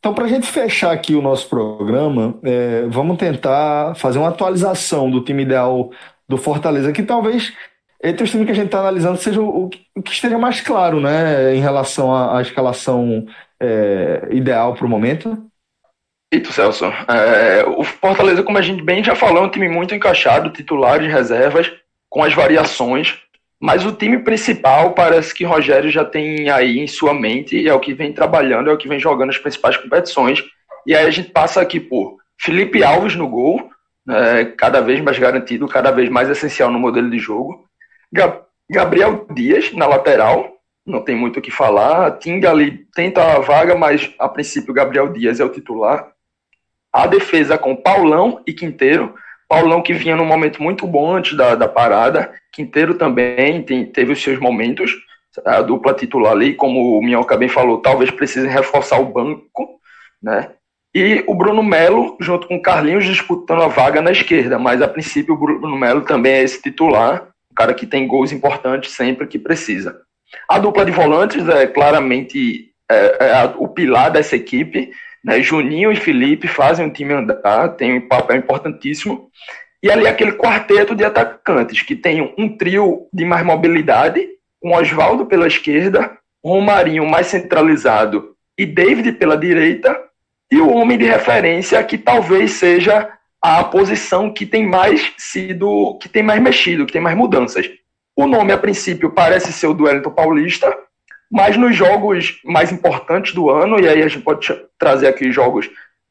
Então, para a gente fechar aqui o nosso programa, vamos tentar fazer uma atualização do time ideal do Fortaleza, que talvez entre os times que a gente está analisando seja o que esteja mais claro, né, em relação à escalação ideal para o momento. Eita, Celso. O Fortaleza, como a gente bem já falou, é um time muito encaixado, titulares, reservas, com as variações, mas o time principal parece que Rogério já tem aí em sua mente, e é o que vem trabalhando, é o que vem jogando as principais competições, e aí a gente passa aqui por Felipe Alves no gol, cada vez mais garantido, cada vez mais essencial no modelo de jogo, Gabriel Dias na lateral, não tem muito o que falar, Tinga ali tenta a vaga, mas a princípio Gabriel Dias é o titular. A defesa com Paulão e Quinteiro. Paulão que vinha num momento muito bom antes da parada. Quinteiro também teve os seus momentos. A dupla titular ali, como o Minhoca bem falou, talvez precisem reforçar o banco, né? E o Bruno Melo, junto com o Carlinhos, disputando a vaga na esquerda. Mas a princípio o Bruno Melo também é esse titular, um cara que tem gols importantes sempre que precisa. A dupla de volantes é claramente o pilar dessa equipe, né? Juninho e Felipe fazem o time andar, tem um papel importantíssimo. E ali aquele quarteto de atacantes, que tem um trio de mais mobilidade, com Oswaldo pela esquerda, Romarinho mais centralizado e David pela direita, e o homem de referência que talvez seja a posição que tem mais mexido, que tem mais mudanças. O nome, a princípio, parece ser o do Wellington Paulista, mas nos jogos mais importantes do ano, e aí a gente pode trazer aqui os jogos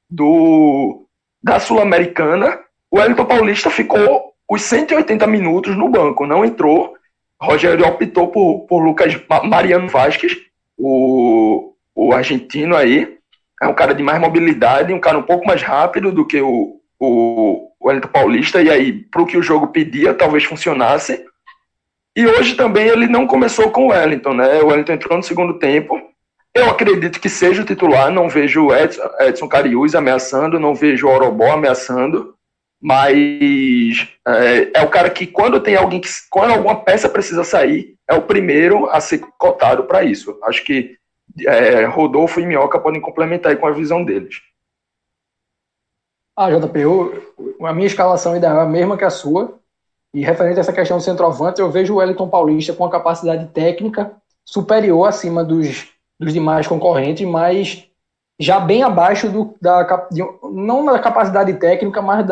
da Sul-Americana, o Wellington Paulista ficou os 180 minutos no banco, não entrou. Rogério optou por Lucas Mariano Vasquez, o argentino aí, é um cara de mais mobilidade, um cara um pouco mais rápido do que o Wellington Paulista, e aí, para o que o jogo pedia, talvez funcionasse. E hoje também ele não começou com o Wellington, né? O Wellington entrou no segundo tempo. Eu acredito que seja o titular, não vejo o Edson Cariús ameaçando, não vejo o Orobó ameaçando, mas é o cara que quando alguma peça precisa sair, é o primeiro a ser cotado para isso. Acho que Rodolfo e Minhoca podem complementar aí com a visão deles. JP, a minha escalação ideal é a mesma que a sua. E referente a essa questão do centroavante, eu vejo o Wellington Paulista com uma capacidade técnica superior acima dos demais concorrentes, mas já bem abaixo não da capacidade técnica, mas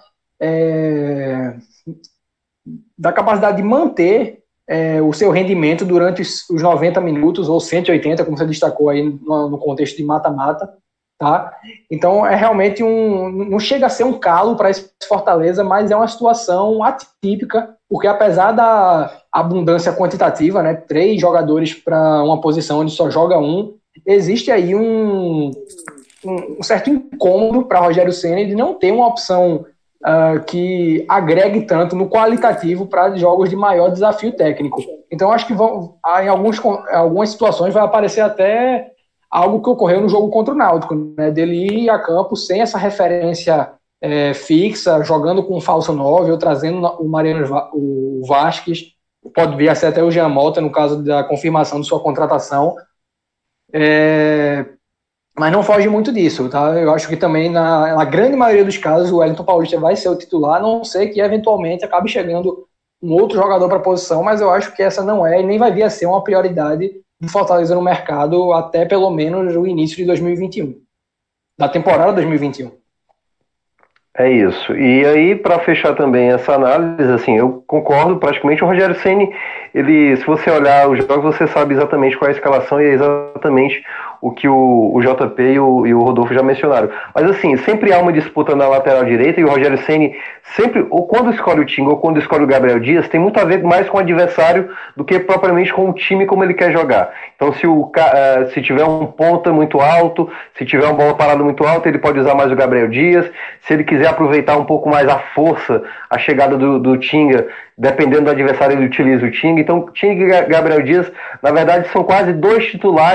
da capacidade de manter o seu rendimento durante os 90 minutos, ou 180, como você destacou aí no contexto de mata-mata. Tá? Então realmente não chega a ser um calo para esse Fortaleza, mas é uma situação atípica, porque apesar da abundância quantitativa, né, 3 jogadores para uma posição onde só joga um, existe aí um certo incômodo para Rogério Ceni de não ter uma opção que agregue tanto no qualitativo para jogos de maior desafio técnico. Então acho que em algumas situações vai aparecer até algo que ocorreu no jogo contra o Náutico, né, dele ir a campo sem essa referência fixa, jogando com o falso 9 ou trazendo o Vasquez, pode vir a ser até o Jean Mota no caso da confirmação de sua contratação, mas não foge muito disso, tá? Eu acho que também na grande maioria dos casos o Wellington Paulista vai ser o titular, a não ser que eventualmente acabe chegando um outro jogador para a posição, mas eu acho que essa não é e nem vai vir a ser uma prioridade de Fortaleza no mercado até pelo menos o início de 2021, da temporada 2021. É isso. E aí, para fechar também essa análise, assim, eu concordo praticamente. O Rogério Ceni, se você olhar os jogos, você sabe exatamente qual é a escalação e é exatamente o que o JP e o Rodolfo já mencionaram. Mas assim, sempre há uma disputa na lateral direita e o Rogério Ceni sempre, ou quando escolhe o Tinga ou quando escolhe o Gabriel Dias, tem muito a ver mais com o adversário do que propriamente com o time como ele quer jogar. Então se tiver um ponta muito alto, se tiver uma bola parada muito alta, ele pode usar mais o Gabriel Dias. Se ele quiser aproveitar um pouco mais a força, a chegada do Tinga, dependendo do adversário, ele utiliza o Tinga. Então Tinga e Gabriel Dias, na verdade, são quase 2 titulares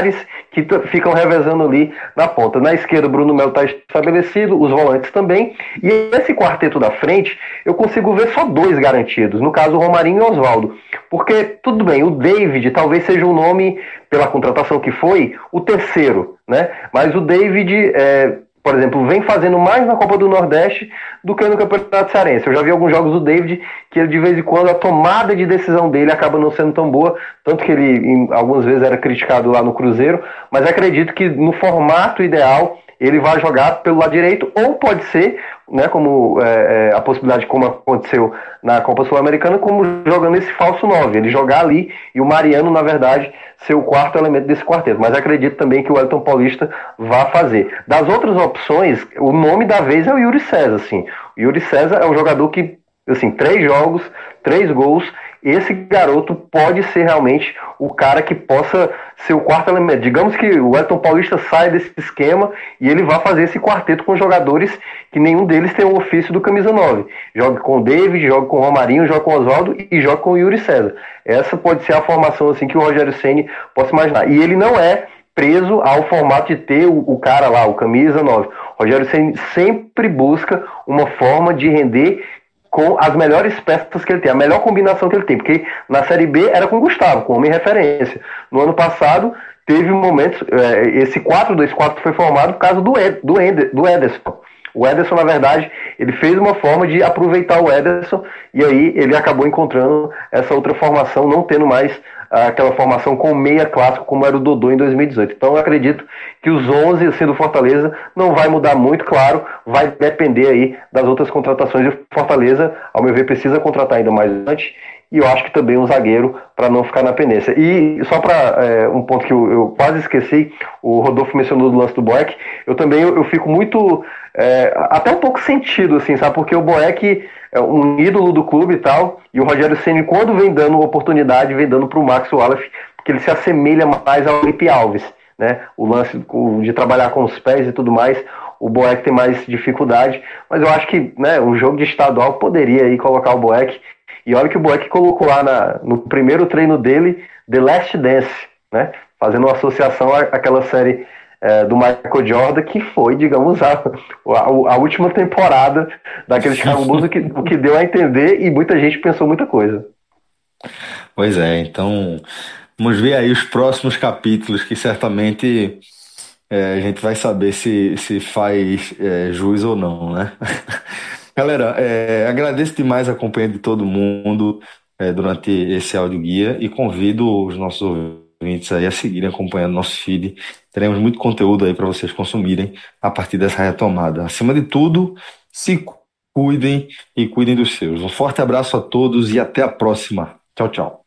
que ficam revezando ali na ponta. Na esquerda, o Bruno Melo está estabelecido, os volantes também. E esse quarteto da frente, eu consigo ver só 2 garantidos. No caso, o Romarinho e o Oswaldo. Porque, tudo bem, o David talvez seja um nome, pela contratação que foi, o terceiro, né? Mas o David, por exemplo, vem fazendo mais na Copa do Nordeste do que no Campeonato Cearense. Eu já vi alguns jogos do David que ele, de vez em quando, a tomada de decisão dele acaba não sendo tão boa, tanto que ele, algumas vezes, era criticado lá no Cruzeiro, mas acredito que no formato ideal ele vai jogar pelo lado direito, ou pode ser, né, como a possibilidade, como aconteceu na Copa Sul-Americana, como jogando esse falso 9, ele jogar ali e o Mariano, na verdade, ser o quarto elemento desse quarteto. Mas acredito também que o Wellington Paulista vá fazer. Das outras opções, o nome da vez é o Yuri César. Assim. O Yuri César é um jogador que, assim, 3 jogos, 3 gols. Esse garoto pode ser realmente o cara que possa ser o quarto elemento. Digamos que o Wellington Paulista saia desse esquema e ele vai fazer esse quarteto com jogadores que nenhum deles tem o ofício do camisa 9. Jogue com o David, jogue com o Romarinho, jogue com o Oswaldo e jogue com o Yuri César. Essa pode ser a formação assim que o Rogério Ceni possa imaginar. E ele não é preso ao formato de ter o cara lá, o camisa 9. O Rogério Ceni sempre busca uma forma de render com as melhores peças que ele tem, a melhor combinação que ele tem, porque na Série B era com o Gustavo, com homem referência. No ano passado, teve momentos, esse 4-2-4 foi formado por causa do Ederson. O Ederson, na verdade, ele fez uma forma de aproveitar o Ederson, e aí ele acabou encontrando essa outra formação, não tendo mais aquela formação com meia clássico como era o Dodô em 2018. Então eu acredito que os 11 assim, do Fortaleza não vai mudar muito, claro, vai depender aí das outras contratações. E o Fortaleza, ao meu ver, precisa contratar ainda mais antes, e eu acho que também um zagueiro para não ficar na pendência. E só para um ponto que eu quase esqueci, o Rodolfo mencionou do lance do Boeck, eu também eu fico muito, até um pouco sentido, assim, sabe, porque o Boeck é um ídolo do clube e tal, e o Rogério Ceni, quando vem dando oportunidade, vem dando para o Max Wallace, porque ele se assemelha mais ao Felipe Alves, né? O lance de trabalhar com os pés e tudo mais, o Boeck tem mais dificuldade, mas eu acho que, né, um jogo de estadual poderia aí colocar o Boeck, e olha que o Boeck colocou lá no primeiro treino dele, The Last Dance, né? Fazendo uma associação àquela série do Michael Jordan, que foi, digamos, a última temporada daquele Chicago Bulls, o que deu a entender, e muita gente pensou muita coisa. Pois é, então vamos ver aí os próximos capítulos, que certamente a gente vai saber se faz jus ou não, né? Galera, agradeço demais a companhia de todo mundo durante esse audioguia e convido os nossos ouvintes aí a seguirem acompanhando nosso feed. Teremos muito conteúdo aí para vocês consumirem a partir dessa retomada. Acima de tudo, se cuidem e cuidem dos seus. Um forte abraço a todos e até a próxima. Tchau, tchau.